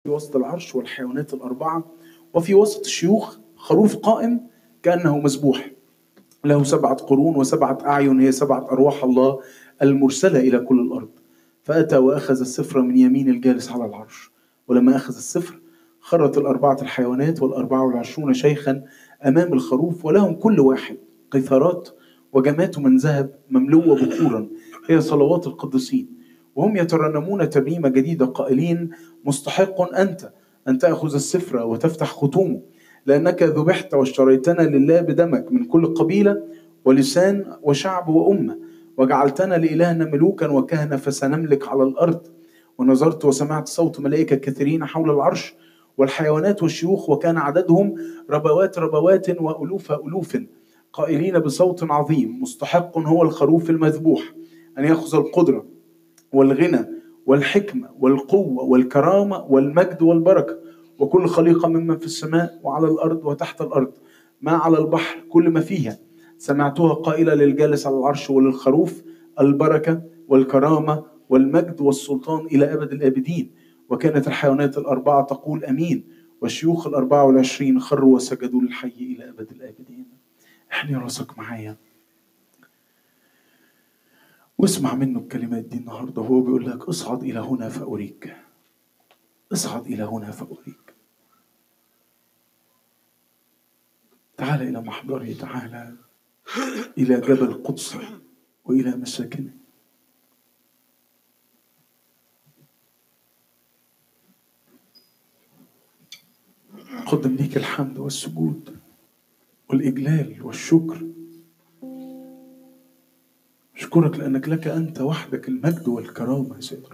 في وسط العرش والحيوانات الأربعة، وفي وسط الشيوخ خروف قائم كأنه مذبوح، له 7 قرون و7 أعين، هي 7 أرواح الله المرسلة إلى كل الأرض. فأتى وأخذ السفر من يمين الجالس على العرش، ولما أخذ السفر خرت 4 الحيوانات وال24 شيخا أمام الخروف، ولهم كل واحد قيثارات وجمات من ذهب مملوءة بخورا، هي صلوات القديسين، وهم يترنمون ترنيمة جديدة قائلين: مستحق أنت أن تأخذ السفر وتفتح ختومه، لأنك ذبحت واشتريتنا لله بدمك من كل قبيلة ولسان وشعب وأمة، وجعلتنا لإلهنا ملوكا وكهنة فسنملك على الأرض. ونظرت وسمعت صوت ملائكة كثيرين حول العرش والحيوانات والشيوخ، وكان عددهم ربوات ربوات وألوف ألوف، قائلين بصوت عظيم: مستحق هو الخروف المذبوح أن يأخذ القدرة والغنى والحكمة والقوة والكرامة والمجد والبركة، وكل خليقة ممن في السماء وعلى الأرض وتحت الأرض ما على البحر كل ما فيها. سمعتها قائلة للجالس على العرش وللخروف: البركة والكرامة والمجد والسلطان إلى أبد الآبدين. وكانت الحيوانات ال4 تقول أمين، والشيوخ ال24 خروا وسجدوا للحي إلى أبد الآبدين. احني راسك معايا واسمع منه الكلمات دي النهاردة. هو بيقول لك: اصعد إلى هنا فأريك، اصعد إلى هنا فأريك. تعال إلى محضره، تعال إلى جبل قدس وإلى مساكنه. قدم ليك الحمد والسجود والإجلال والشكر. أشكرك لأنك لك أنت وحدك المجد والكرامة يا سيد رب.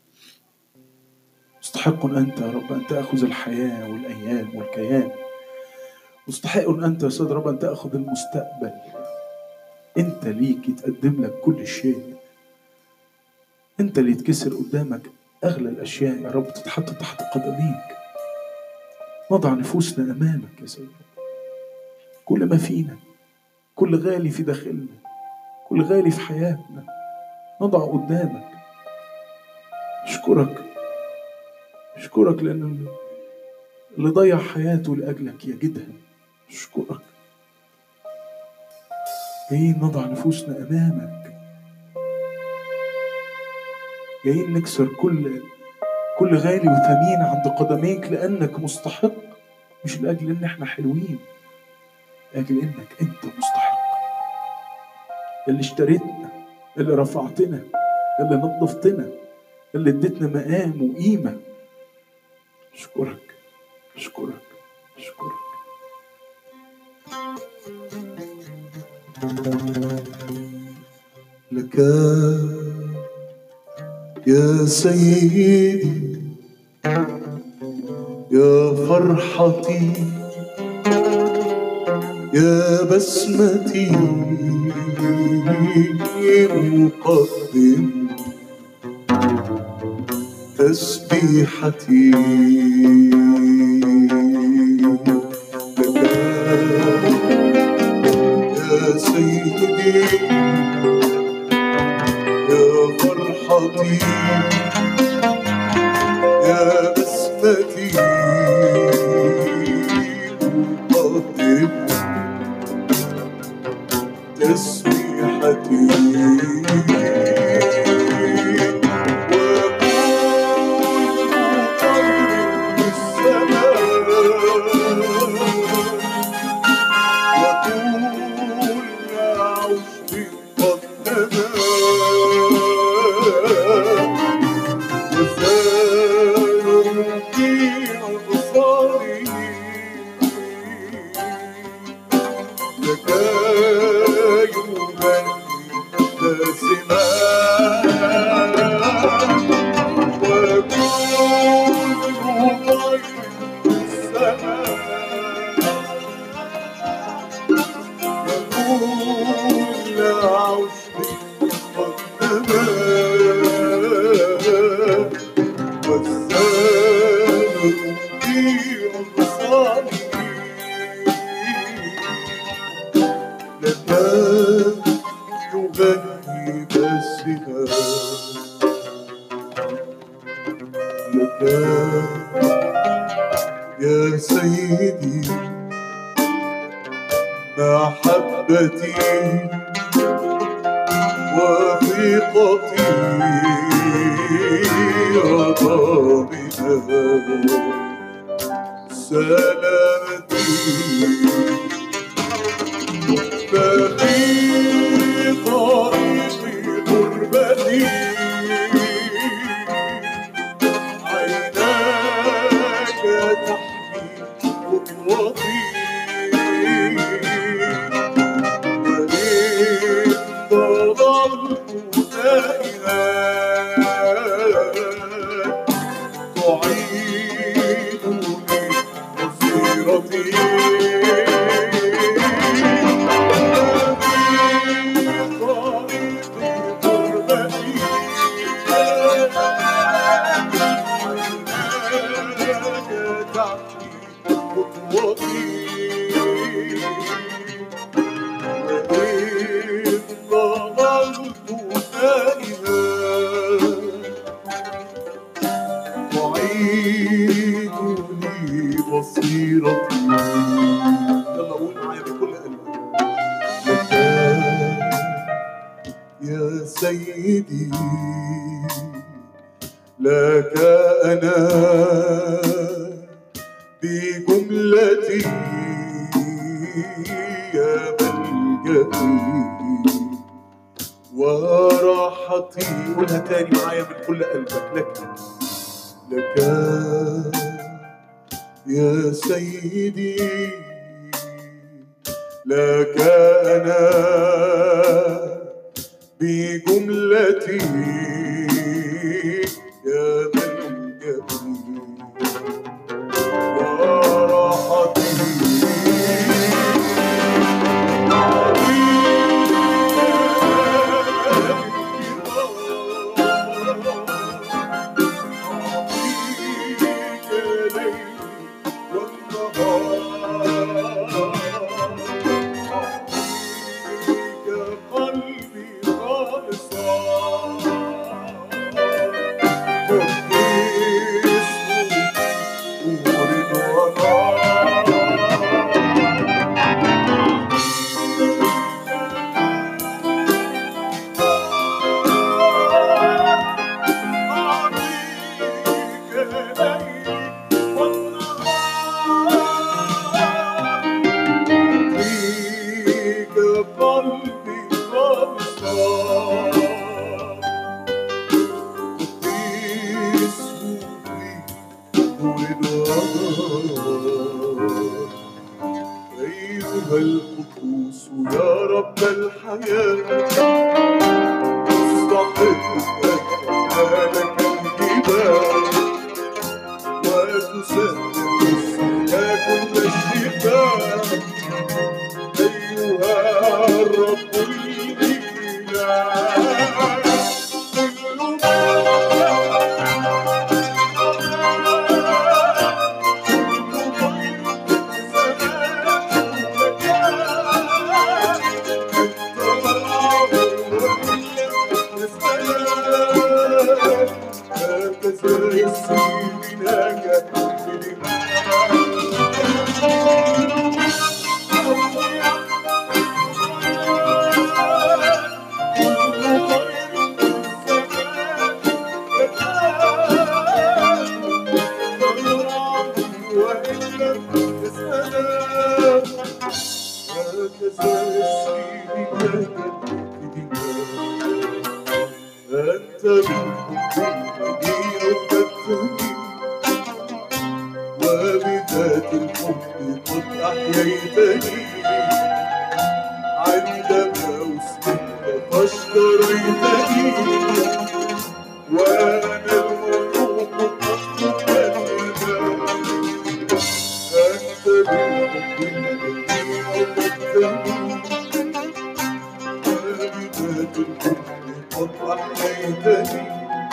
مستحق أنت يا رب أن تأخذ الحياة والأيام والكيان. مستحق أنت يا سيد رب أن تأخذ المستقبل. أنت ليك يتقدم لك كل شيء. أنت اللي يتكسر قدامك أغلى الأشياء يا رب، تتحط تحت قدميك. نضع نفوسنا أمامك يا سيد رب، كل ما فينا، كل غالي في داخلنا، كل غالي في حياتنا نضع قدامك. أشكرك لأن اللي ضيع حياته لأجلك يجدها. أشكرك. جايين نضع نفوسنا أمامك، جايين نكسر كل غالي وثمين عند قدميك، لأنك مستحق، مش لأجل إن احنا حلوين، لأجل إنك أنت مستحق. اللي اشتريتنا، اللي رفعتنا، اللي نظفتنا، اللي اديتنا مقام وقيمة. أشكرك أشكرك أشكرك. لك يا سيدي يا فرحتي يا بسمتي، مقدم تسبيحتي لك يا سيدي يا فرحتي يا بسمتي، مقدم تسبيحتي. يا سيدي محبتي وثيقتي ضامنة سلامتي ففي طريق غربتي عيناك تحمي خطوتي وإن ضللت تائها تعيدني بصيرتي تعيدني بصيرتي. يلا قول معايا بكل قلبك. يا سيدي لك أنا بجملتي يا ملجأي وراحتي. قولها تاني معايا من كل قلبك. لك يا سيدي لك أنا بجملتي يا ملجأي وراحتي أيها القدوس يا رب الحياة استحق لك الجبال وتسبح يا كل الشفاء أيها الرب الإله أنت وبذات الحب قد أحييتني عندما أسلمت فاشتريتني وأنا الملوك قد تكلمت أنت بالحب الذي عبدتني وبذات الحب قد أحييتني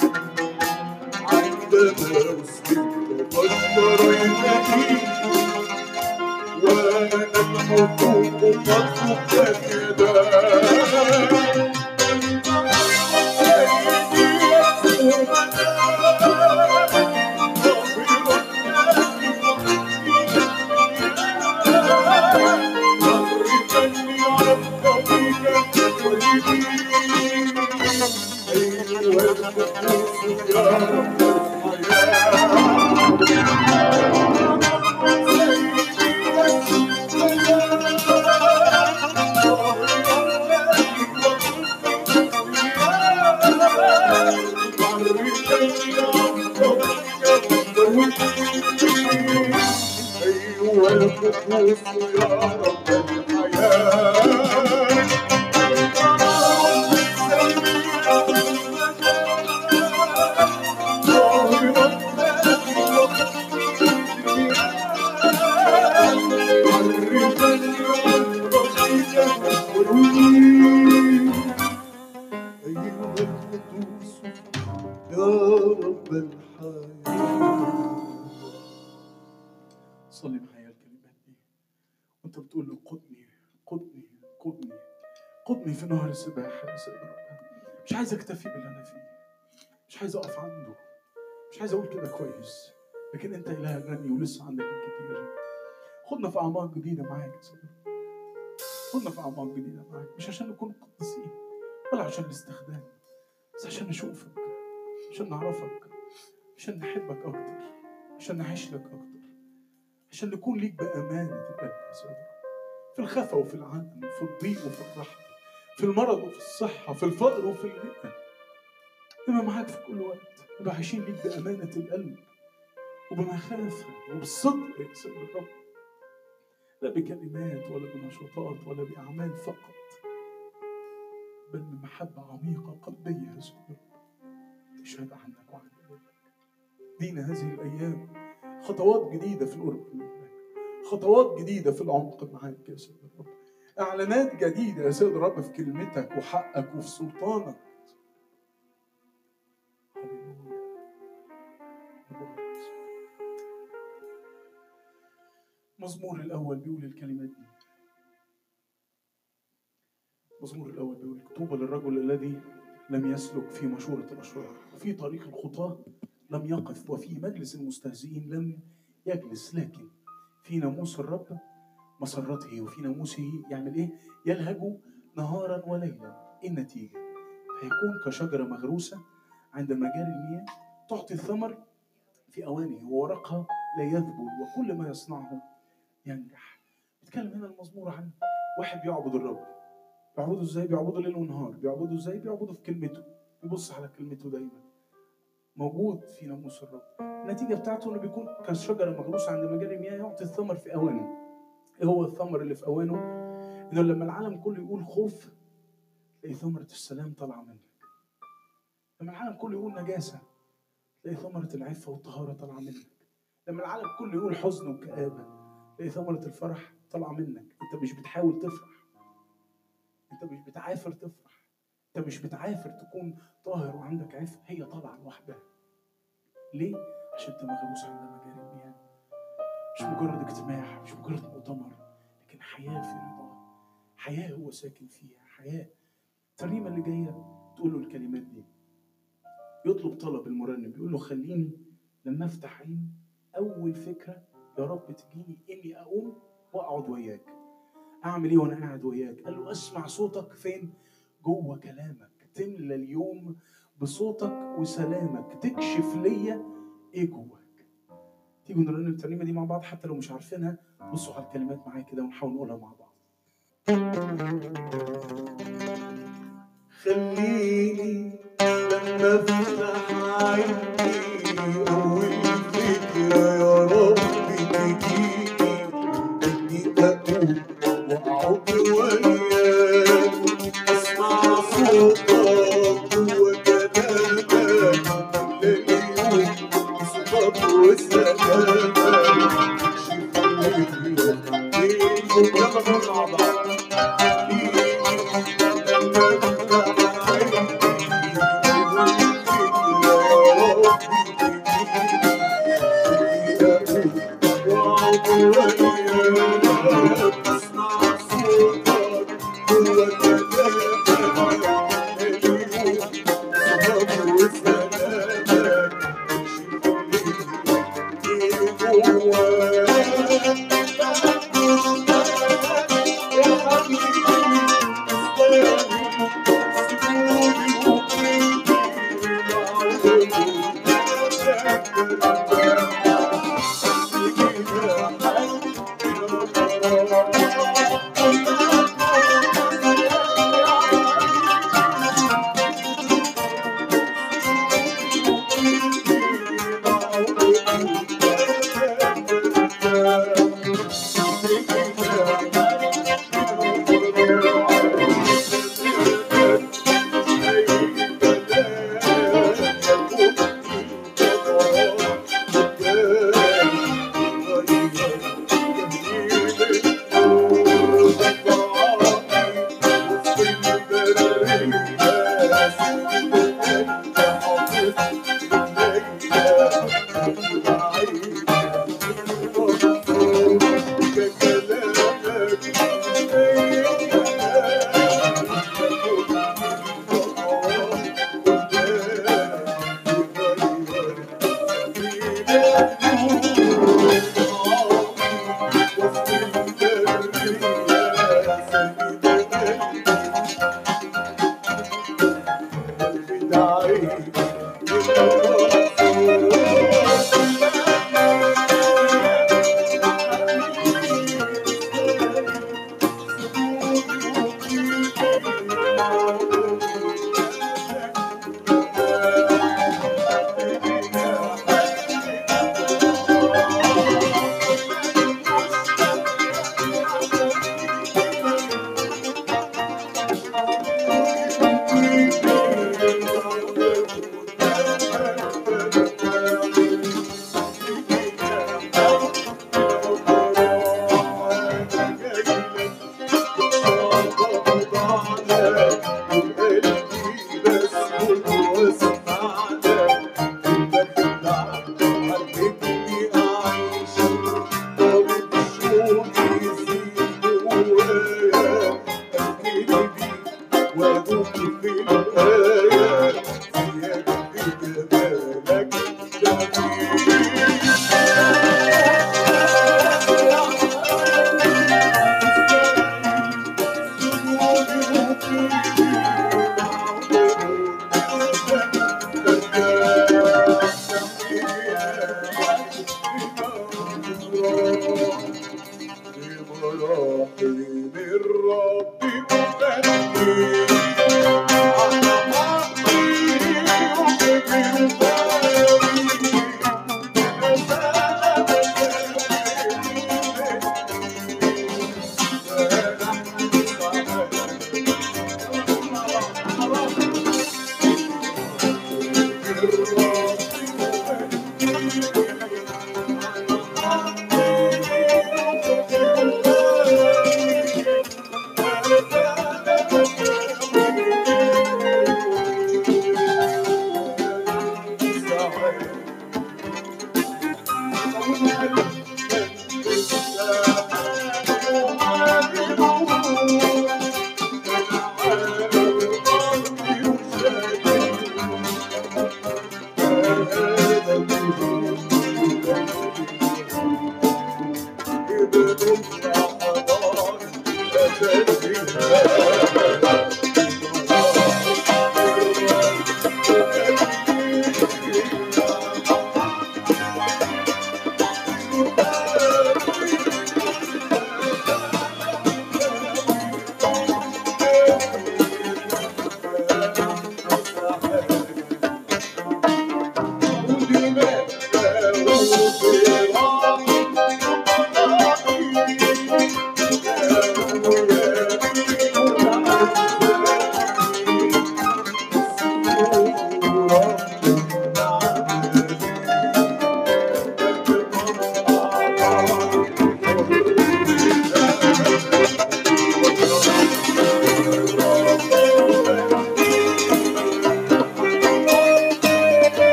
عندما أسلمت فاشتريتني وأنا الملوك قد تكلمت أيها القدوس يا رب الحياة أيها القدوس يا رب الحياة. صلي معايا الكلمات دي وانت بتقول له قدني قدني قدني قدني في نهر السباحة يا سيد رب. مش عايز اكتفي باللي انا فيه، مش عايز اقف عنده، مش عايز اقول كده كويس، لكن انت اله غني ولسه عندك الكتير. خدنا في اعماق جديده معاك يا سيد رب، خدنا في اعماق جديده معاك، مش عشان نكون قديسين ولا عشان الاستخدام، بس عشان نشوفك، عشان نعرفك، عشان نحبك اكتر، عشان نعيش لك اكتر، عشان نكون ليك بامانه القلب يا سيد رب، في الخفا وفي العلن، في الضيق وفي الرحب، في المرض وفي الصحه، في الفقر وفي الغنى. نبقى معاك في كل وقت، نبقى عايشين ليك بامانه القلب وبمخافه وبالصدق يا سيد الرب، لا بكلمات ولا بنشاطات ولا باعمال فقط، بل بمحبه عميقه قلبيه يا سيد الرب تشهد عنك وعن ذاتك. دينا هذه الايام خطوات جديده في القرب منك، خطوات جديده في العمق معاك يا سيد الرب، اعلانات جديده يا سيد الرب في كلمتك وحقك وفي سلطانك. مزمور الأول بيقول الكلمات دي، مزمور الأول بيقول طوبى للرجل الذي لم يسلك في مشورة الأشرار، وفي طريق الخطاة لم يقف، وفي مجلس المستهزئين لم يجلس، لكن في ناموس الرب مسرته، وفي ناموسه يعمل إيه؟ يلهج نهارا وليلا. إيه النتيجة؟ فيكون كشجرة مغروسة عند مجاري المياه، تعطي الثمر في أوانه، وورقها لا يذبل، وكل ما يصنعه ينجح. بيتكلم هنا المزمور عن واحد بيعبد الرب. بيعبده ازاي؟ بيعبده ليل ونهار. بيعبده ازاي؟ بيعبده في كلمته، بيبص على كلمته دايما، موجود في ناموس الرب. النتيجه بتاعته انه بيكون كشجره مغروسه عند مجاري المياه، يعطي الثمر في اوانه. ايه هو الثمر اللي في اوانه؟ انه لما العالم كله يقول خوف، تلاقي ثمره السلام طالعه منك. لما العالم كله يقول نجاسه، تلاقي ثمره العفه والطهاره طالعه منك. لما العالم كله يقول حزن وكآبه، تلاقي ثمره الفرح طالعه منك. انت مش بتحاول تفرح، انت مش بتعافر تفرح، انت مش بتعافر تكون طاهر وعندك عفة، هي طالعه لوحدها. ليه؟ عشان انت مغروس عند مجاري المياه. مش مجرد اجتماع، مش مجرد مؤتمر، لكن حياه في رضاه، حياه هو ساكن فيها، حياه. الترنيمه اللي جايه تقول له الكلمات دي، يطلب طلب المرنم، بيقول له خليني لما افتح عيني اول فكره يا رب تجيني اني اقوم واقعد وياك. اعمل ايه وانا قاعد وياك؟ قال له اسمع صوتك فين؟ جوه كلامك. تملى اليوم بصوتك وسلامك، تكشف ليا ايه جواك. تيجوا نرنم الترنيمه دي مع بعض حتى لو مش عارفينها. بصوا على الكلمات معايا كده ونحاول نقولها مع بعض. خليني لما افتح عيني اول فكره يا رب تجيني اني اقوم واقعد وياك، اسمع صوتك جوا كلامك، اليوم صوتك وسلامك تكشف لي يلا نقول مع بعض.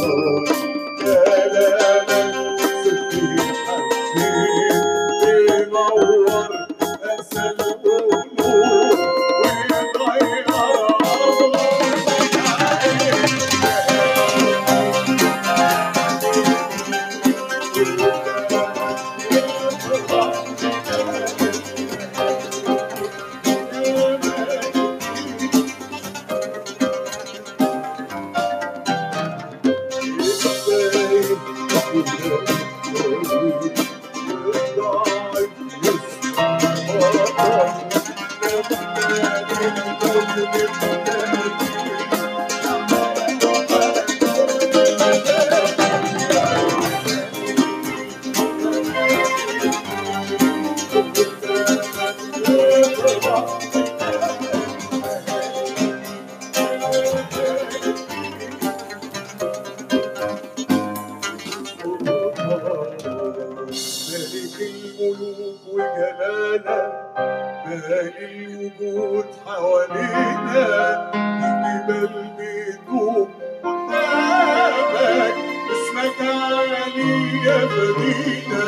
كلامك صدقي حبيب بينور أسى القلوب ويغير ملك الملوك وجلاله مالي الوجود حوالينا الجبال بتدوب قدامك اسمك عالي يا مدينة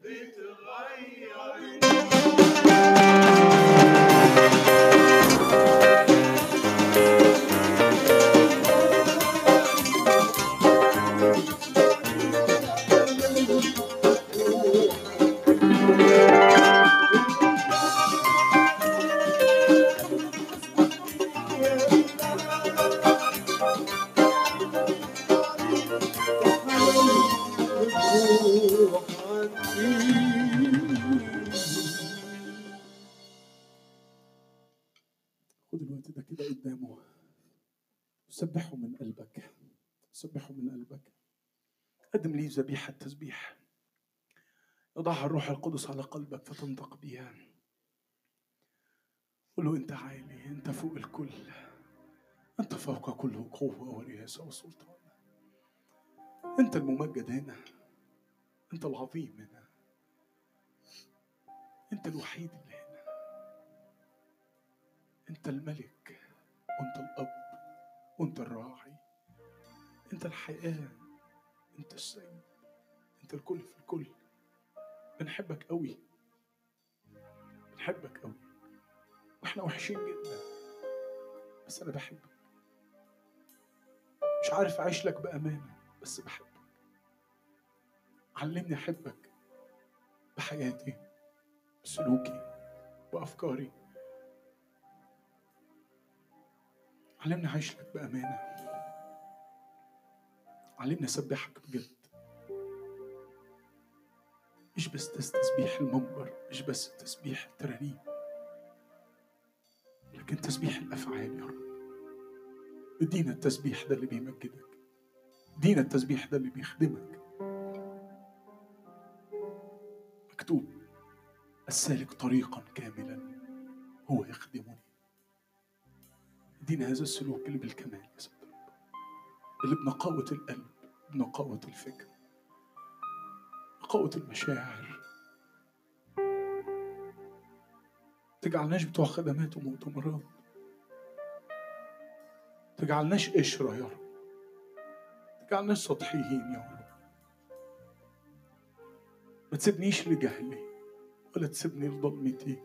خد الوقت ده كده قدامه، سبحه من قلبك، سبحه من قلبك. قدم لي ذبيحة تسبيح يضعها الروح القدس على قلبك فتنطق بها. قل له: أنت عالي، أنت فوق الكل، أنت فوق كل قوة ورياسة وسلطان. أنت الممجد هنا، أنت العظيم هنا، أنت الوحيد اللي هنا. أنت الملك، وأنت الأب، وأنت الراعي، أنت الحياة، أنت السيد، أنت الكل في الكل. بنحبك قوي، بنحبك قوي، وإحنا وحشين جدا، بس أنا بحبك. مش عارف أعيش لك بأمانة، بس بحبك. علمني أحبك بحياتي، بسلوكي، بأفكاري. علمني أعيش لك بأمانة، علمني أسبحك بجد، مش بس تسبيح المنبر، مش بس تسبيح الترانيم، لكن تسبيح الأفعال. يا رب ادينا التسبيح ده اللي بيمجدك، ادينا التسبيح ده اللي بيخدمك. مكتوب: السالك طريقا كاملا هو يخدمني. ادينا هذا السلوك اللي بالكمال يا سيد رب، اللي بنقاوة القلب، بنقاوة الفكر، بنقاوة المشاعر. تجعلناش بتوع خدمات ومؤتمرات، تجعلناش قشرة يا رب، تجعلناش سطحيين يا رب. ما تسيبنيش لجهلي ولا تسيبني لضلمتي،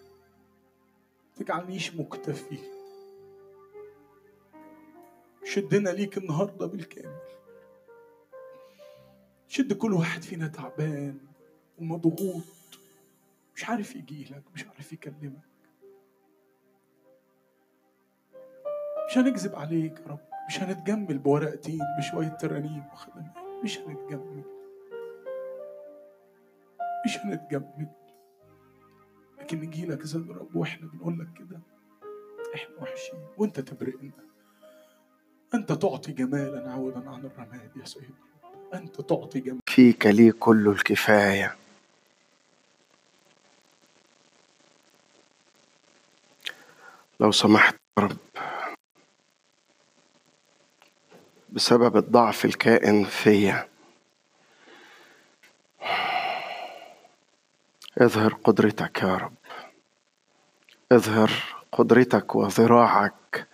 تجعلنيش مكتفي. شدنا ليك النهاردة بالكامل، شد كل واحد فينا تعبان ومضغوط، مش عارف يجيلك، مش عارف يكلمك. مش هنكذب عليك يا رب، مش هنتجمل بورقتين بشوية ترانيم وخدمات، مش هنتجمل، مش هنتجمل، لكن نجيلك يا سيد رب واحنا بنقول لك كده: احنا وحشين وانت تبرئنا. انت تعطي جمالا عوضا عن الرماد يا سيد رب، انت تعطي جمال. فيك لي كل الكفاية. لو سمحت يا رب، بسبب الضعف الكائن فيا اظهر قدرتك يا رب، اظهر قدرتك وذراعك.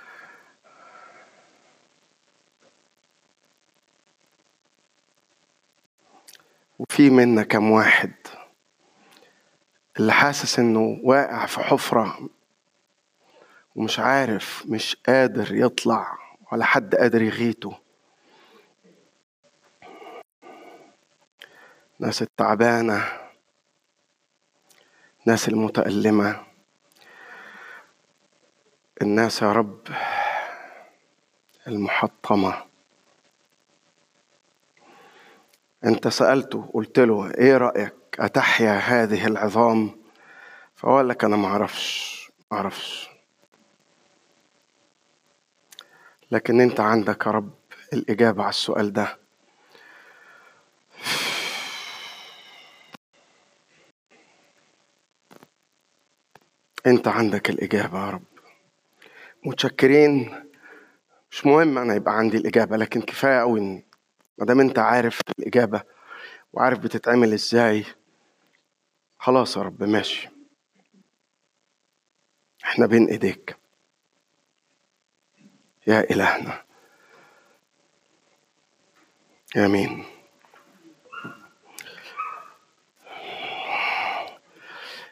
وفي منا كم واحد اللي حاسس انه واقع في حفرة ومش عارف، مش قادر يطلع ولا حد قادر يغيته. ناس التعبانة، ناس المتألمة، الناس يا رب المحطمة. انت سألته قلت له: ايه رأيك أتحيا هذه العظام؟ فقال لك: انا معرفش. لكن انت عندك يا رب الإجابة على السؤال ده. انت عندك الإجابة يا رب. متشكرين. مش مهم انا يبقى عندي الإجابة، لكن كفاية قوي ما دام انت عارف الإجابة وعارف بتتعمل ازاي. خلاص يا رب، ماشي، احنا بين ايديك يا إلهنا. آمين.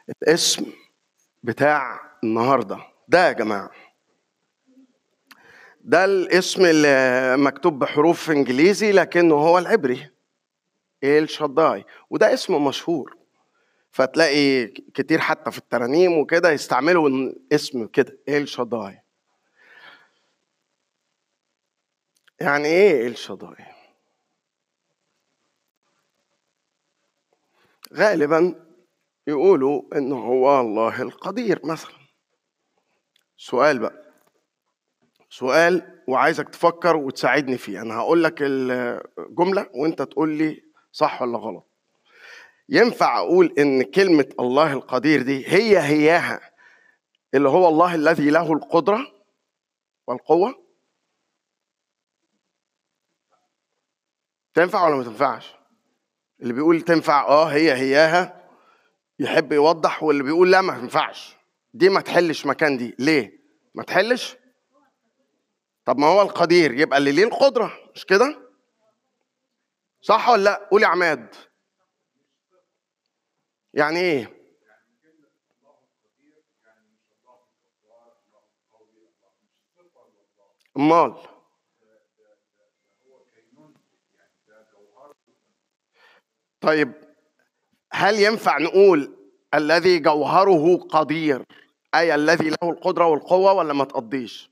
الاسم بتاع النهاردة ده يا جماعة، ده الاسم اللي مكتوب بحروف انجليزي لكنه هو العبري، إيل شداي، وده اسم مشهور، فتلاقي كتير حتى في الترانيم وكده يستعملوا اسم كده إيل شداي. يعني ايه إيل شداي؟ غالبا يقولوا انه هو الله القدير مثلا. سؤال بقى، سؤال وعايزك تفكر وتساعدني فيه. انا هقول لك الجملة وانت تقول لي صح ولا غلط. ينفع اقول ان كلمة الله القدير دي هياها اللي هو الله الذي له القدرة والقوة؟ تنفع ولا ما تنفعش؟ اللي بيقول تنفع هياها يحب يوضح، واللي بيقول لا ما تنفعش دي ما تحلش مكان دي. ليه ما تحلش؟ طب ما هو القدير يبقى اللي ليه القدرة، مش كده؟ صح ولا لا؟ قول يا عماد. يعني ايه؟ امال طيب هل ينفع نقول الذي جوهره قدير اي الذي له القدرة والقوة، ولا ما تقضيش؟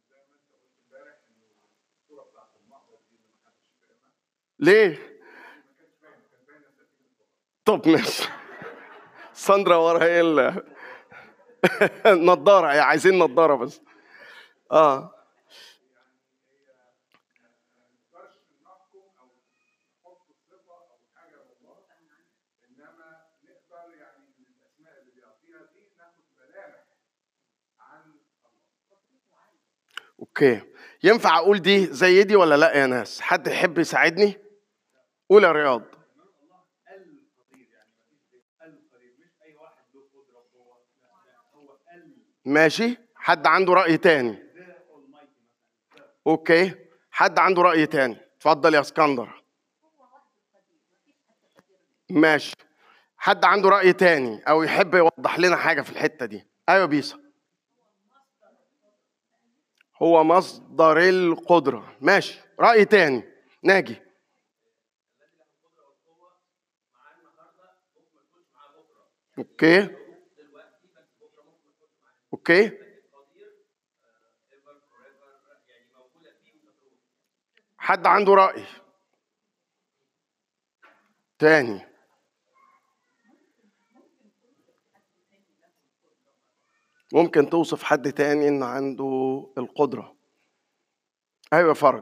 ليه؟ طب ماشي. ساندرا ورا هي النضارة، يا عايزين نضارة بس. اوكي، ينفع اقول دي زي دي ولا لا يا ناس؟ حد يحب يساعدني؟ قول يا رياض. ماشي، حد عنده رأي تاني؟ اوكي، حد عنده رأي تاني؟ اتفضل يا اسكندر. ماشي، حد عنده رأي تاني او يحب يوضح لنا حاجة في الحتة دي؟ ايوه بيسا. هو مصدر القدرة. ماشي، رأي تاني ناجي. اوكي اوكي، حد عنده رأي تاني؟ ممكن توصف حد تاني ان عنده القدرة؟ ايوه فرج.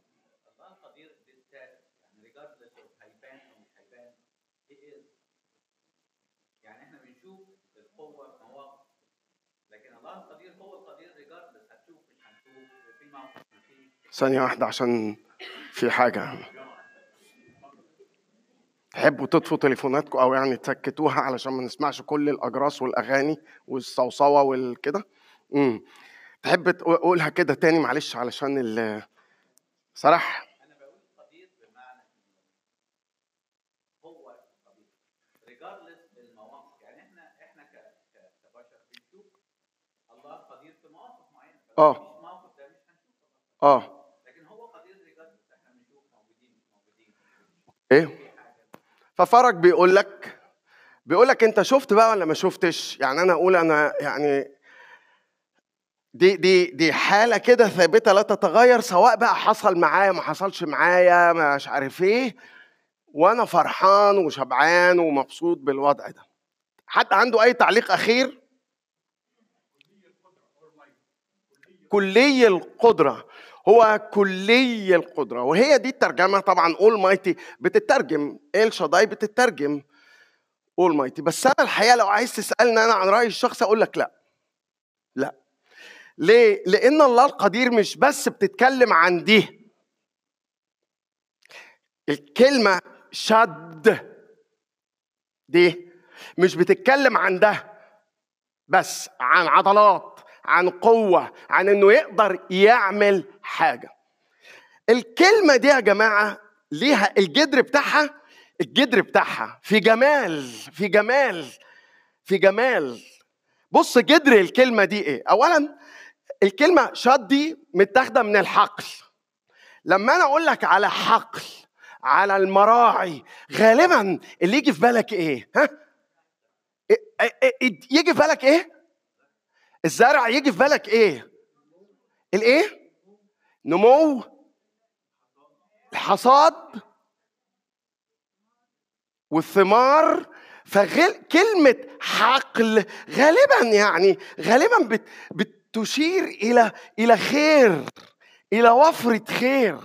يعني احنا بنشوف القوة مواقف، لكن الله القدير هو القدير ريجاردلس، هتشوف مش هنشوف في موقف. ثانية واحدة عشان في حاجة. تحبوا تطفوا تليفوناتكم او يعني تسكتوها علشان ما نسمعش كل الاجراس والاغاني والصوصوه والكده؟ تحب تقولها كده تاني معلش علشان صراحه. انا بقول قدير بمعنى هو قدير ريجاردلس المواقف. يعني احنا كبشر بنشوف الله قدير في مواقف معينه، مش موقف ده مش هنشوفه. لكن هو قدير ريجاردلس، احنا بنشوف موجودين مش موجودين. ايه؟ ففرج بيقول لك انت شفت بقى ولا ما شفتش؟ يعني انا اقول انا يعني دي حاله كده ثابته لا تتغير، سواء بقى حصل معايا ما حصلش معايا مش عارف ايه، وانا فرحان وشبعان ومبسوط بالوضع ده. حد عنده اي تعليق اخير؟ كلي القدره، هو كلي القدره، وهي دي الترجمه طبعا. اول مايتي بتترجم، إل شداي بتترجم اول مايتي. بس انا الحقيقه لو عايز تسالني انا عن رايي الشخصي اقول لك لا. ليه؟ لان الله القدير مش بس بتتكلم عن دي الكلمه شد، دي مش بتتكلم عن ده بس، عن عضلات، عن قوه، عن انه يقدر يعمل حاجه. الكلمه دي يا جماعه ليها الجدر بتاعها في جمال في جمال. بص جذر الكلمة دي ايه؟ اولا الكلمة شد دي متاخدة من الحقل. لما انا اقول لك على حقل، على المراعي، غالبا اللي يجي في بالك ايه؟ ها؟ يجي في بالك ايه؟ الزرع. يجي في بالك ايه؟ الايه؟ نمو، الحصاد والثمار. فكلمة حقل غالبا بتشير إلى خير، إلى وفرة خير.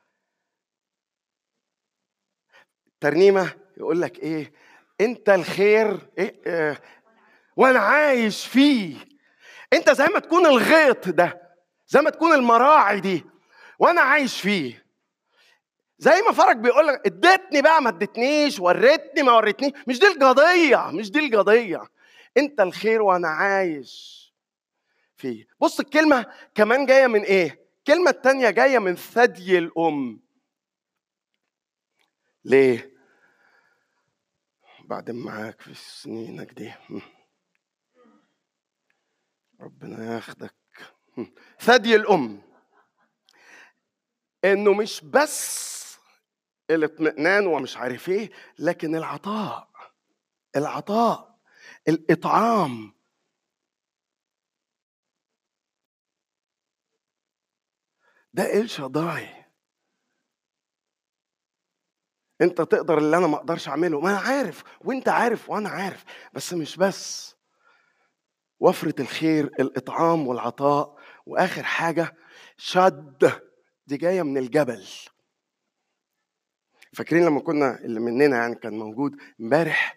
ترنيمة يقول لك إيه؟ أنت الخير إيه؟ وأنا عايش فيه. أنت زي ما تكون الغيط ده، زي ما تكون المراعي دي، وأنا عايش فيه. زي ما فرج بيقول لك اديتني بقى ما اديتنيش، وريتني ما وريتنيش، مش دي القضية. انت الخير وانا عايش فيه. بص الكلمة كمان جاية من ايه؟ الكلمة التانية جاية من ثدي الام. ليه؟ بعدين معاك في سنينك دي ربنا ياخدك. ثدي الام انه مش بس الاطمئنان ومش عارف ايه، لكن العطاء، الإطعام. ده الشضاعي. انت تقدر اللي انا ما اقدرش اعمله، ما انا عارف وانت عارف وانا عارف، بس مش بس وفرة الخير، الإطعام والعطاء. واخر حاجة شد، دي جاية من الجبل. فاكرين لما كنا اللي مننا يعني كان موجود امبارح؟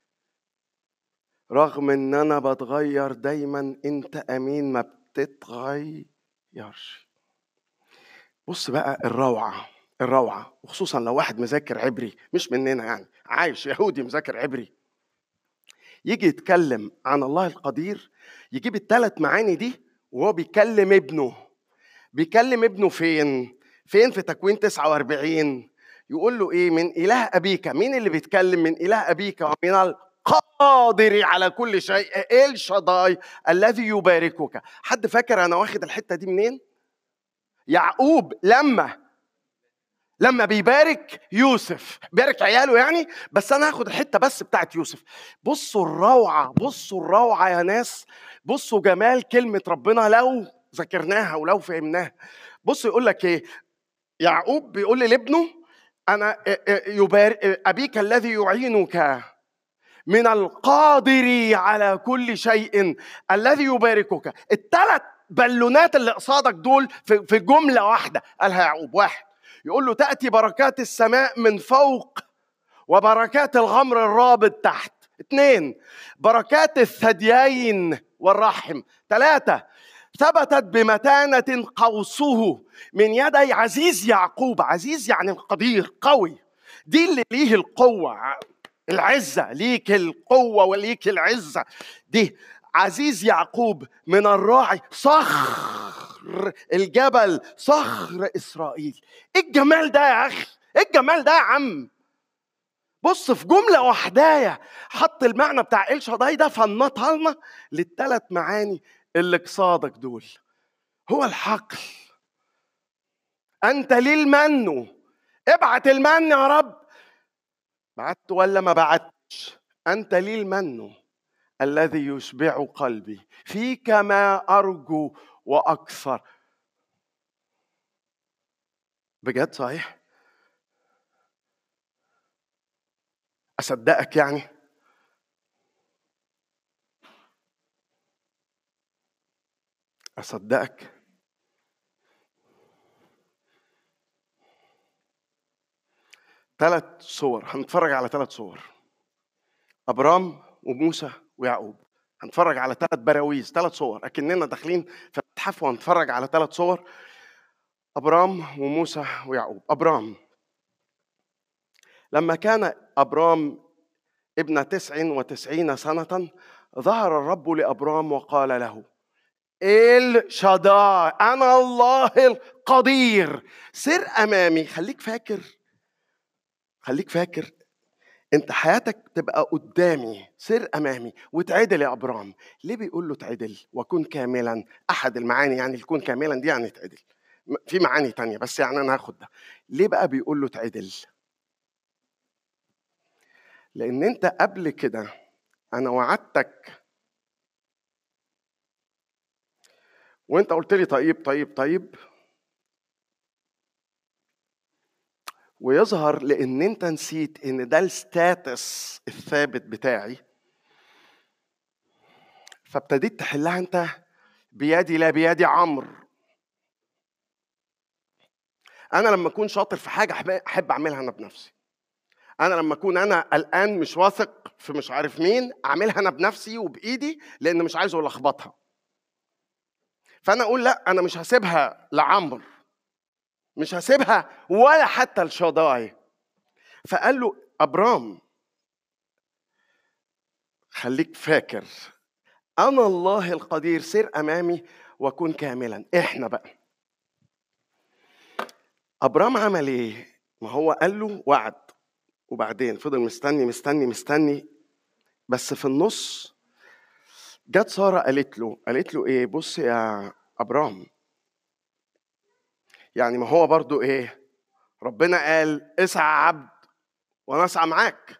رغم ان انا بتغير دايما انت امين ما بتتغيرش. بص بقى الروعة، وخصوصا لو واحد مذاكر عبري مش مننا يعني، عايش يهودي مذاكر عبري، يجي يتكلم عن الله القدير، يجيب الثلاث معاني دي وهو بيكلم ابنه فين في تكوين 49 يقول له ايه؟ من إله أبيك. مين اللي بيتكلم؟ من إله أبيك ومن القادر على كل شيء الشضاي الذي يباركك. حد فاكر أنا واخد الحتة دي منين؟ يعقوب لما بيبارك يوسف، بيبارك عياله يعني، بس انا هاخد الحته بس بتاعت يوسف. بصوا الروعه يا ناس، بصوا جمال كلمه ربنا لو ذكرناها ولو فهمناها. بصوا يقول لك ايه؟ يعقوب بيقول لابنه انا ابيك الذي يعينك من القادر على كل شيء الذي يباركك. الثلاث بالونات اللي قصادك دول في جمله واحده قالها يعقوب. واحد يقول له تأتي بركات السماء من فوق وبركات الغمر الرابط تحت. 2 بركات الثديين والرحم. 3 ثبتت بمتانة قوسه من يدي عزيز يعقوب. عزيز يعني القدير، قوي. دي اللي ليه القوة، العزة، ليك القوة وليك العزة. دي عزيز يعقوب من الراعي، صخر الجبل، صخر إسرائيل. ايه الجمال ده يا أخي؟ ايه الجمال ده يا عم؟ بص في جملة واحداية حط المعنى بتاع الشضاي ده، فنطها لنا للثلاث معاني اللي قصادك دول. هو الحقل. أنت لي المن، ابعت المن يا رب. بعت ولا ما بعتش؟ أنت لي المن الذي يشبع قلبي، فيك ما أرجو وأكثر. بجد صحيح؟ أصدقك يعني؟ أصدقك؟ ثلاث صور هنتفرج على 3 صور: أبرام وموسى ويعقوب. هنتفرج على 3 براويز، 3 صور، أكننا داخلين في المتحف وهنتفرج على 3 صور: أبرام وموسى ويعقوب. أبرام، لما كان أبرام ابن 99 سنة ظهر الرب لأبرام وقال له الشداء، أنا الله القدير، سر أمامي. خليك فاكر انت حياتك تبقى قدامي، سر امامي، وتعدل يا ابرام. ليه بيقول له تعدل وكن كاملا؟ احد المعاني يعني الكون كاملا دي يعني تعدل، في معاني تانية بس يعني انا هاخد ده. ليه بقى بيقول له تعدل؟ لان انت قبل كده انا وعدتك وانت قلت لي طيب طيب طيب، ويظهر لان انت نسيت ان ده الستاتس الثابت بتاعي، فابتديت تحلها انت بيدي لا بيدي عمرو. انا لما اكون شاطر في حاجه احب اعملها انا بنفسي. انا لما اكون انا قلقان مش واثق في مش عارف مين، اعملها انا بنفسي وبايدي لان مش عايزه الخبطها. فانا اقول لا، انا مش هسيبها لعمرو، مش هسيبها ولا حتى لشداي. فقال له ابرام خليك فاكر انا الله القدير، سير امامي وكن كاملا. احنا بقى ابرام عمل ايه؟ ما هو قال له وعد، وبعدين فضل مستني مستني مستني، بس في النص جت سارة قالت له ايه؟ بص يا ابرام، يعني ما هو برضو ايه، ربنا قال اسعى عبد وانا اسعى معاك.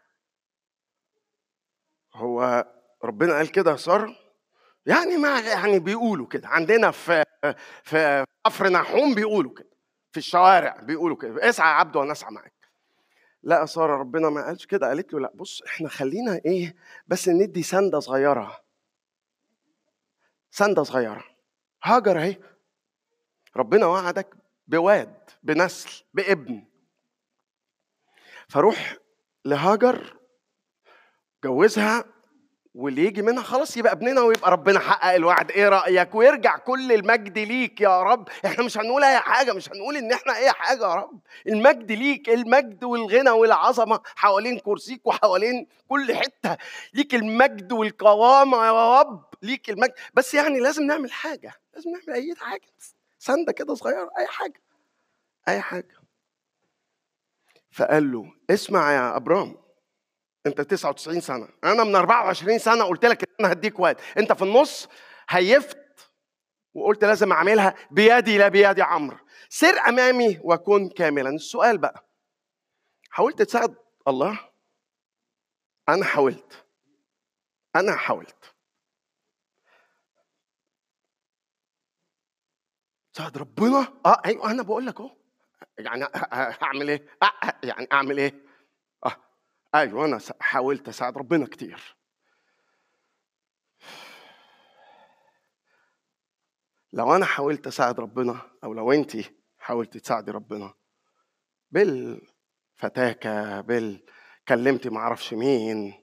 هو ربنا قال كده يا سارة؟ يعني ما يعني بيقولوا كده عندنا في كفر نحوم، بيقولوا كده في الشوارع، بيقولوا كده اسعى يا عبد وانا اسعى معاك. لا يا سارة، ربنا ما قالش كده. قالت له لا بص، احنا خلينا ايه بس ندي سندة صغيرة، سندة صغيرة. هاجر اهي، ربنا وعدك بواد، بنسل، بابن، فروح لهاجر جوزها، واللي يجي منها خلاص يبقى ابننا ويبقى ربنا حقق الوعد. ايه رأيك؟ ويرجع كل المجد ليك يا رب. احنا مش هنقول اي حاجة، مش هنقول ان احنا اي حاجة يا رب. المجد ليك، المجد والغنى والعظمة حوالين كرسيك وحوالين كل حتة. ليك المجد والقوامة يا رب، ليك المجد. بس يعني لازم نعمل حاجة، لازم نعمل اي حاجة، سندة كده صغيرة، اي حاجة اي حاجة. فقال له اسمع يا ابرام، انت 99 سنة، انا من 24 سنة قلت لك ان انا هديك واد، انت في النص هيفت وقلت لازم اعملها بيدي لا بيدي عمرو. سر امامي وكن كاملا. السؤال بقى، حاولت تساعد الله؟ انا حاولت تساعد ربنا. ايوه انا بقول لك اهو، يعني هعمل ايه؟ يعني اعمل ايه؟ ايوه انا حاولت اساعد ربنا كتير. لو انا حاولت اساعد ربنا، او لو انتي حاولت تساعدي ربنا بالفتاكة، كلمتي معرفش مين،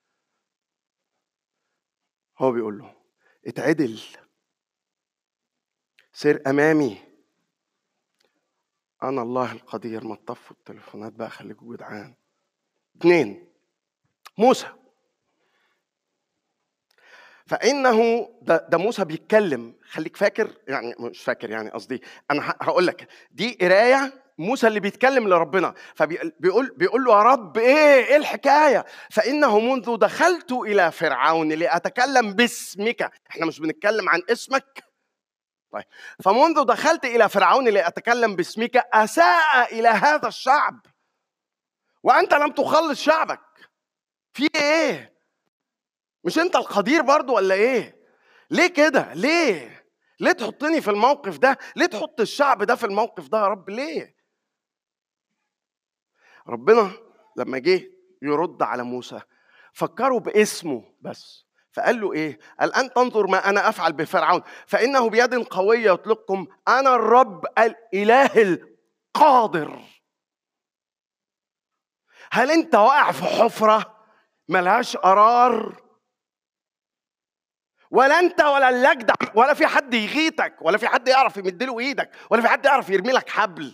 هو بيقول له اتعدل، سير امامي، انا الله القدير. ما تطفوا التليفونات بقى، خليكوا جدعان. 2 موسى، فانه ده موسى بيتكلم. خليك فاكر، يعني مش فاكر يعني قصدي، انا هقول لك دي قرايه موسى اللي بيتكلم لربنا. فبيقول له يا رب ايه الحكايه؟ فانه منذ دخلت الى فرعون لاتكلم باسمك. احنا مش بنتكلم عن اسمك؟ طيب، فمنذ دخلت الى فرعون لاتكلم باسمك اساء الى هذا الشعب وانت لم تخلص شعبك. في ايه؟ مش انت القدير برضو ولا ايه؟ ليه كده؟ ليه تحطني في الموقف ده؟ ليه تحط الشعب ده في الموقف ده يا رب؟ ليه؟ ربنا لما جه يرد على موسى فكروا باسمه بس، فقال له ايه؟ قال ان تنظر ما انا افعل بفرعون فانه بيد قويه يطلقكم، انا الرب الاله القادر. هل انت واقع في حفره ملهاش قرار؟ ولا انت ولا اللجدع، ولا في حد يغيتك، ولا في حد يعرف يمدله ايدك، ولا في حد يعرف يرمي لك حبل.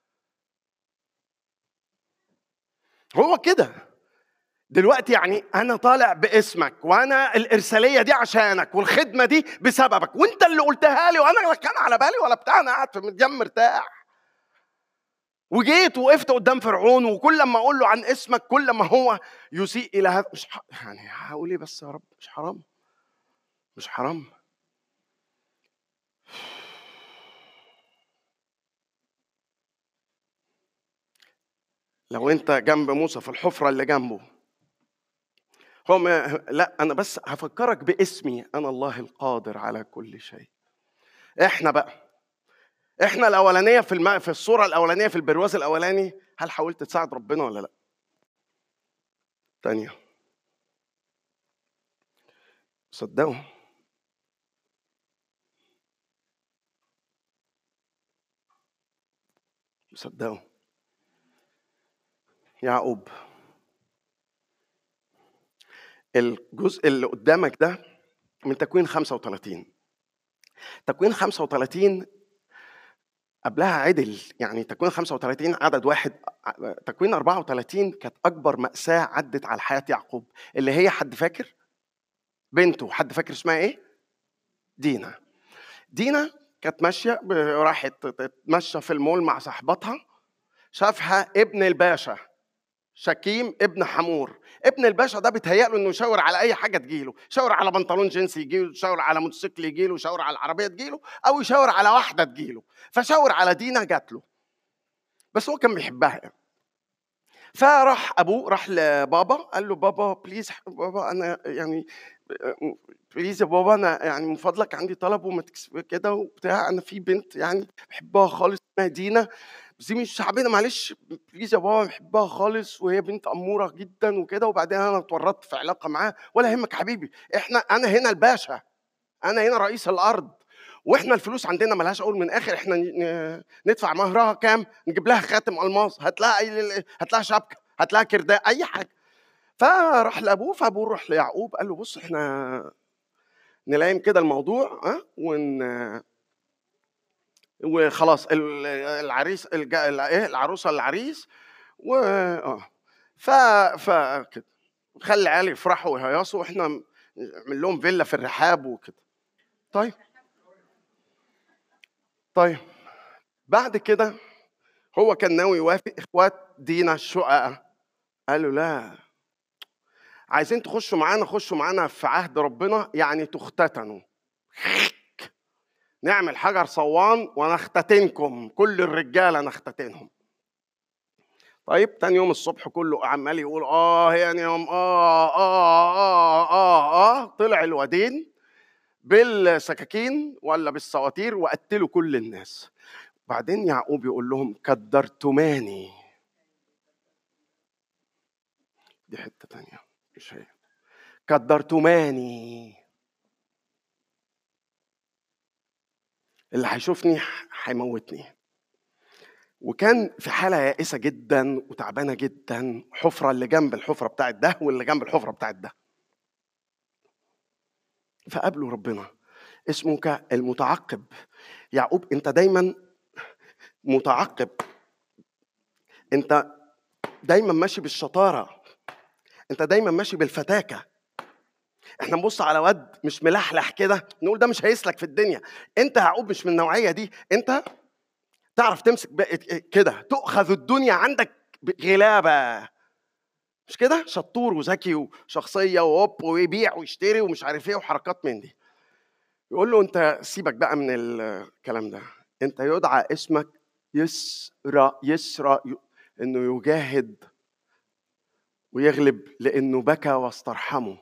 هو كده دلوقتي، يعني انا طالع باسمك، وانا الارساليه دي عشانك، والخدمه دي بسببك، وانت اللي قلتها لي، وانا لا كان على بالي ولا بتاع، انا قاعد في مديان مرتاح. وجيت وقفت قدام فرعون، وكل ما اقول له عن اسمك كل ما هو يسيء الى هذا. مش يعني هقول ايه بس يا رب؟ مش حرام؟ مش حرام؟ لو انت جنب موسى في الحفرة اللي جنبه، هو لا، انا بس هفكرك باسمي، انا الله القادر على كل شيء. احنا بقى، احنا الاولانيه في الصوره الاولانيه، في البرواز الاولاني، هل حاولت تساعد ربنا ولا لا؟ تانية، صدقوا صدقوا يعقوب، الجزء اللي قدامك ده من تكوين 35. تكوين 35 قبلها عدل، يعني تكوين 35 عدد 1. تكوين 34 كانت أكبر مأساة عدت على حياة يعقوب، اللي هي حد فاكر؟ بنته، حد فاكر اسمها إيه؟ دينا. دينا كانت ماشية، راحت تتمشى في المول مع صاحبتها، شافها ابن الباشا شكيم ابن حمور. ابن الباشا ده بيتهيأ له انه يشاور على اي حاجه تجيله، يشاور على بنطلون جينز يجيله، يشاور على موتوسيكل يجيله، يشاور على العربيه تجيله، او يشاور على واحده تجيله. فشاور على دينا جات له، بس هو كان بيحبها يعني. فراح ابوه، راح لبابا قال له بابا بليز، بابا انا يعني بليز يا بابا، انا يعني من فضلك عندي طلب وما تكسب كده وبتاع، انا في بنت يعني بحبها خالص اسمها دينا، بس دي مش شعبنا، معلش بليز يا بابا، بحبها خالص وهي بنت اموره جدا وكده، وبعدين انا اتورطت في علاقه معاها. ولا يهمك يا حبيبي، انا هنا الباشا، انا هنا رئيس الارض، واحنا الفلوس عندنا ملهاش اول من اخر. احنا ندفع مهرها كام؟ نجيب لها خاتم الماس، هات لها شبكه، هات لها كرداء، اي حاجه. فراح لابوه، فابوه راح ليعقوب قال له بص، احنا نلايم كده الموضوع، وخلاص العريس العروسه العريس ف كده، خلي العيال يفرحوا ويهيصوا، واحنا نعمل لهم فيلا في الرحاب وكده. طيب بعد كده هو كان ناوي يوافق. اخوات دينا الشققاء قالوا لا، عايزين تخشوا معانا، خشوا معانا في عهد ربنا، يعني تختتنوا، نعمل حجر صوان ونختتنكم، كل الرجاله نختتنهم. طيب تاني يوم الصبح كله عمال يقول يعني يوم طلع الوادين بالسكاكين ولا بالسواتير وقتلوا كل الناس. بعدين يعقوب يقول لهم كدرتماني، دي حته تانيه مش هي، كدرتماني، اللي هيشوفني هيموتني. وكان في حالة يائسة جدا وتعبانة جدا، حفرة اللي جنب الحفرة بتاعت ده واللي جنب الحفرة بتاعت ده. فقابلوا ربنا، اسمك المتعقب. يعقوب انت دايما متعقب، انت دايما ماشي بالشطارة، انت دايما ماشي بالفتاكة. احنا نبص على واد مش ملحلح كده نقول ده مش هيسلك في الدنيا. انت يعقوب مش من النوعية دي، انت تعرف تمسك كده، تؤخذ الدنيا عندك غلابة، مش كده؟ شطور وذكي وشخصية وهوب ويبيع ويشتري ومش عارف ايه وحركات من دي. يقول له انت سيبك بقى من الكلام ده، انت يدعى اسمك يسرى انه يجاهد ويغلب، لانه بكى واسترحمه.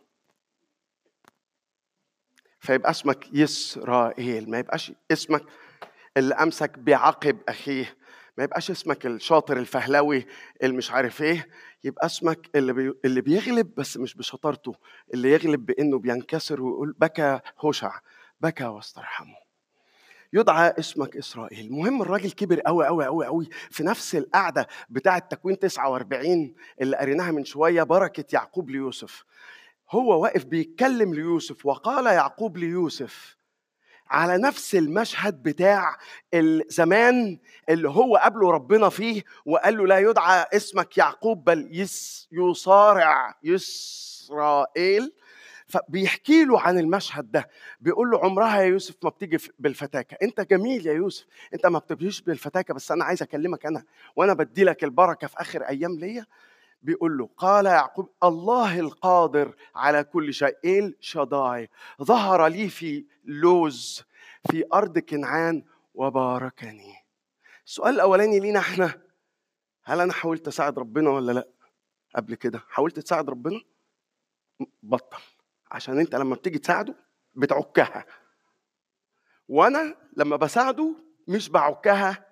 فيبقى اسمك يسرائيل، ما يبقاش اسمك اللي امسك بعقب اخيه، ما يبقاش اسمك الشاطر الفهلوي اللي مش عارف ايه، يبقى اسمك اللي بيغلب بس مش بشطارته، اللي يغلب بانه بينكسر ويقول بكى هوشع، بكى واسترحمه. يدعى اسمك اسرائيل. المهم الراجل كبر قوي قوي قوي قوي. في نفس القعده بتاعه تكوين 49 اللي قريناها من شويه، بركه يعقوب ليوسف، هو واقف بيتكلم ليوسف، وقال يعقوب ليوسف، على نفس المشهد بتاع الزمان اللي هو قابله ربنا فيه وقال له لا يدعى اسمك يعقوب بل يصارع يسرائيل. فبيحكي له عن المشهد ده، بيقول له عمرها يا يوسف ما بتيجي بالفتاكة، انت جميل يا يوسف، انت ما بتجيش بالفتاكة، بس انا عايز اكلمك انا وانا بدي لك البركة في اخر ايام ليا. بيقول له قال يعقوب الله القادر على كل شيء إل شداي ظهر لي في لوز في أرض كنعان وباركني. السؤال الأولاني لينا احنا، هل أنا حاولت أساعد ربنا ولا لا؟ قبل كده حاولت تساعد ربنا؟ بطل، عشان انت لما بتيجي تساعده بتعكها، وانا لما بساعده مش بعكها.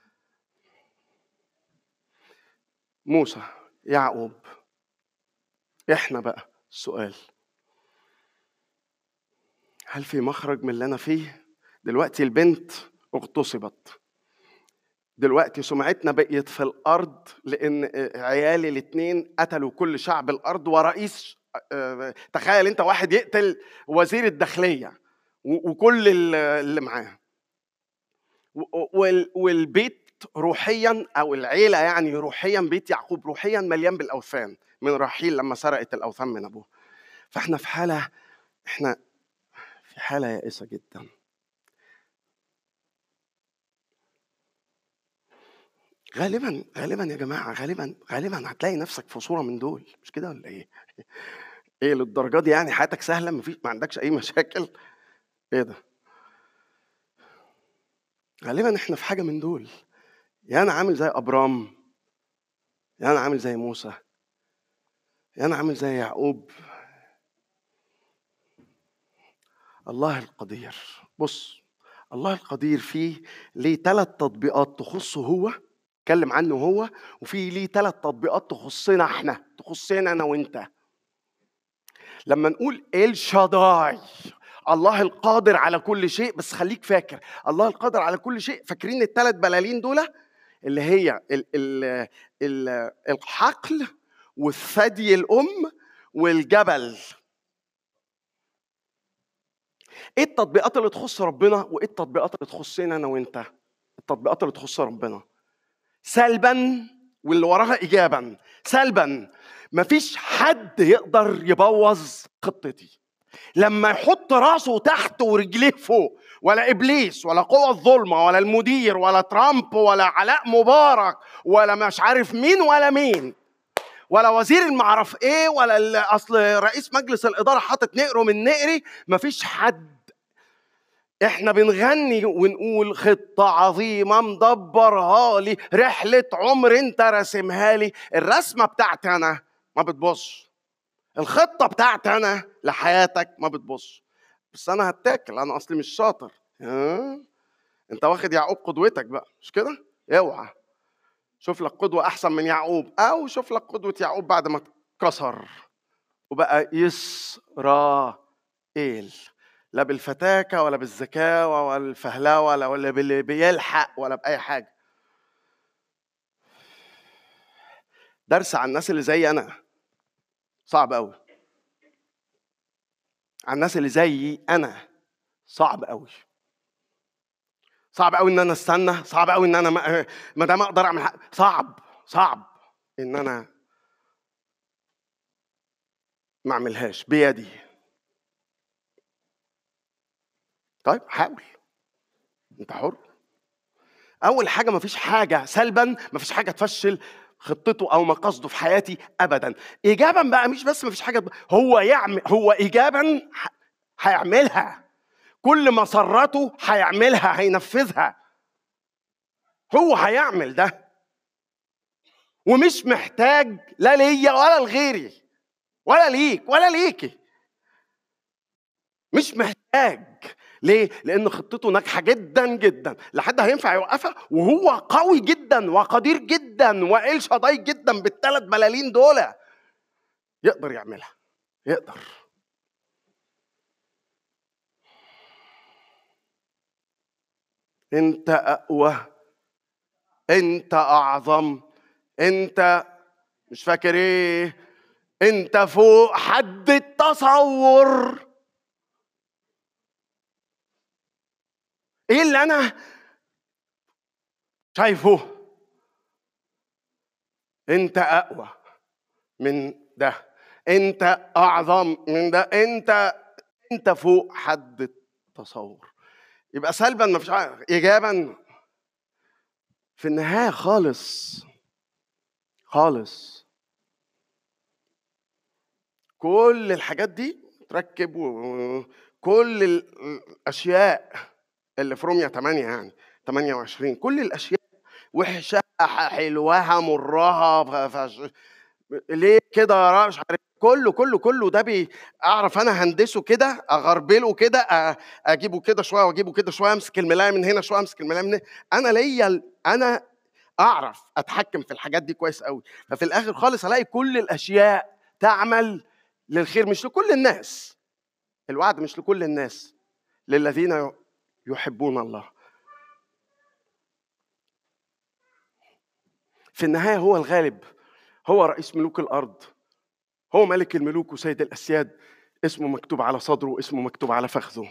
موسى، يعقوب، احنا بقى السؤال، هل في مخرج من اللي انا فيه؟ دلوقتي البنت اغتصبت، دلوقتي سمعتنا بقيت في الارض لان عيالي الاثنين قتلوا كل شعب الارض ورئيس، تخيل انت واحد يقتل وزير الداخليه وكل اللي معاه، والبيت روحيا او العيله يعني روحيا، بيت يعقوب روحيا مليان بالاوثان من راحيل لما سرقت الاوثان من ابوه. فاحنا في حاله يائسه جدا. غالبا يا جماعه، غالبا هتلاقي نفسك في صوره من دول، مش كده ولا ايه؟ ايه للدرجه دي يعني حياتك سهله، ما عندكش اي مشاكل؟ ايه ده؟ غالبا احنا في حاجه من دول، يا انا عامل زي ابرام، يا انا عامل زي موسى، يا انا عامل زي يعقوب. الله القدير، بص، الله القدير فيه ليه 3 تطبيقات تخصه هو، اتكلم عنه هو، وفي ليه 3 تطبيقات تخصنا احنا، تخصنا انا وانت. لما نقول إل شداي، الله القادر على كل شيء، بس خليك فاكر الله القادر على كل شيء، فاكرين ال3 بلالين دول اللي هي الحقل والثدي الأم والجبل. ايه التطبيقات اللي تخص ربنا وايه التطبيقات اللي تخصنا انا وانت؟ التطبيقات اللي تخص ربنا سلبا واللي وراها ايجابا. سلبا، مفيش حد يقدر يبوظ خطتي لما يحط راسه تحت ورجليه فوق، ولا ابليس ولا قوى الظلمه ولا المدير ولا ترامب ولا علاء مبارك ولا مش عارف مين ولا مين ولا وزير المعرف ايه ولا اصل رئيس مجلس الاداره حاطط نقره من نقري. مفيش حد. احنا بنغني ونقول خطه عظيمه مدبرها لي، رحله عمر انت راسمها لي. الرسمه بتاعتي انا ما بتبصش، الخطه بتاعتي انا لحياتك ما بتبصش، بس انا هتاكل، انا اصلي مش شاطر. انت واخد يعقوب قدوتك بقى، مش كده؟ اوعى شوف لك قدوه احسن من يعقوب، او شوف لك قدوه يعقوب بعد ما اتكسر وبقى إسرائيل، لا بالفتاكه ولا بالذكاوه ولا الفهلاوه ولا باللي بيلحق ولا باي حاجه. درس عن الناس اللي زي انا صعب قوي، عن الناس اللي زي انا صعب قوي. صعب قوي ان انا استنى، صعب قوي ان انا ما دام اقدر اعمل حاجه، صعب ان انا ما اعملهاش بيدي. طيب حاول، انت حر. اول حاجه، ما فيش حاجه سلبا، ما فيش حاجه تفشل خطته او مقاصده في حياتي ابدا. ايجابا بقى، مش بس ما فيش حاجه، هو ايجابا هيعملها، كل مسراته هيعملها، هينفذها، هو هيعمل ده، ومش محتاج لا ليا ولا لغيري ولا ليك ولا ليكي. مش محتاج. ليه؟ لأن خطته ناجحة جدا جدا، لا حد هينفع يوقفها، وهو قوي جدا وقدير جدا وإل شداي جدا بال3 بلالين دول، يقدر يعملها، يقدر. انت أقوى، انت أعظم، انت مش فاكر ايه، انت فوق حد التصور. ايه اللي انا شايفه؟ انت اقوى من ده، انت اعظم من ده، انت فوق حد التصور. يبقى سلبا ما فيش حاجة، ايجابا في النهايه خالص خالص كل الحاجات دي تركب، وكل الاشياء اللي في رومية 8 يعني 28، كل الاشياء وحشه حلوها مرها ليه كده يا مش عارف، كله ده اعرف انا هندسه كده، اغربله كده، اجيبه كده شويه واجيبه كده شويه، امسك الملايه من هنا شويه، امسك الملايه من هنا. انا اعرف اتحكم في الحاجات دي كويس قوي. ففي الاخر خالص الاقي كل الاشياء تعمل للخير، مش لكل الناس، الوعد مش لكل الناس، للذين يحبون الله. في النهايه هو الغالب، هو رئيس ملوك الارض، هو ملك الملوك وسيد الاسياد، اسمه مكتوب على صدره واسمه مكتوب على فخذه.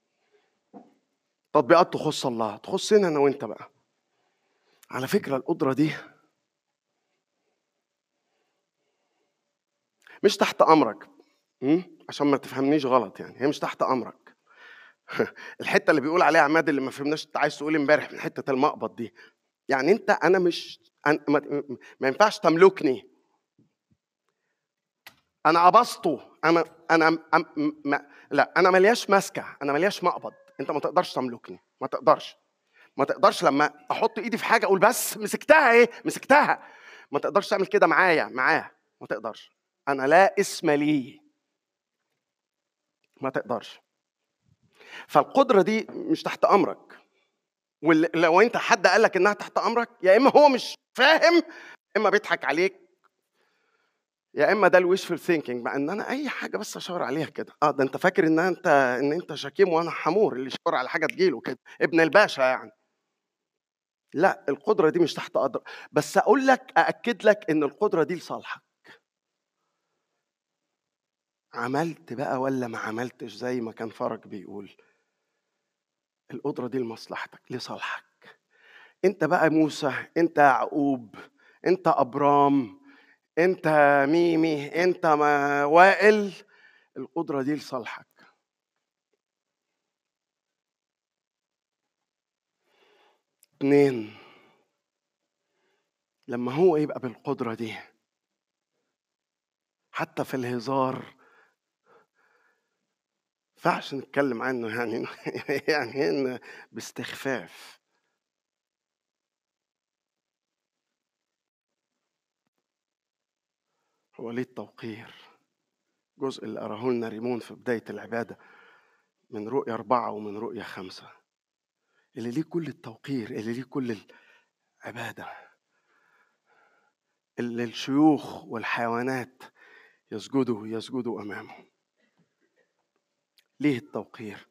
تطبيقات تخص الله، تخصنا انا وانت بقى. على فكره القدره دي مش تحت امرك، عشان ما تفهمنيش غلط، يعني هي مش تحت امرك. الحته اللي بيقول عليها عماد اللي ما فهمناش، انت عايز تقول امبارح من حته المقبض دي، يعني انا مش ما ينفعش تملكني. انا قبضته، لا انا ملياش ماسكه، انا ملياش مقبض. انت ما تقدرش تملكني، ما تقدرش لما احط ايدي في حاجه اقول بس مسكتها، ايه مسكتها. ما تقدرش تعمل كده معايا، ما تقدرش. انا لا اسم لي، ما تقدرش. فالقدره دي مش تحت امرك. ولو انت حد قال لك انها تحت امرك، يا اما هو مش فاهم، يا اما بيضحك عليك، يا اما ده الويشفul ثينكينج بقى، ان انا اي حاجه بس اشاور عليها كده. ده انت فاكر ان انت شكيم وانا حمور، اللي يشاور على حاجه تجيله كده، ابن الباشا يعني. لا، القدره دي مش تحت امرك. بس اقول لك، ااكد لك ان القدره دي لصالحك. عملت بقى ولا ما عملتش، زي ما كان فرج بيقول، القدره دي لمصلحتك، لصالحك. انت بقى موسى، انت يعقوب، انت ابرام، انت ميمي، انت وائل، القدره دي لصالحك. 2، لما هو يبقى بالقدره دي، حتى في الهزار فعش نتكلم عنه يعني يعني إن باستخفاف. هو ليه التوقير، جزء اللي قراه لنا ريمون في بداية العبادة من رؤية 4 ومن رؤية 5، اللي ليه كل التوقير، اللي ليه كل العبادة، اللي الشيوخ والحيوانات يسجدوا أمامه. ليه التوقير؟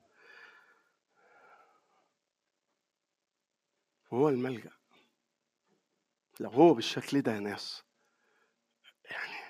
هو الملجأ. لو هو بالشكل ده يا ناس، يعني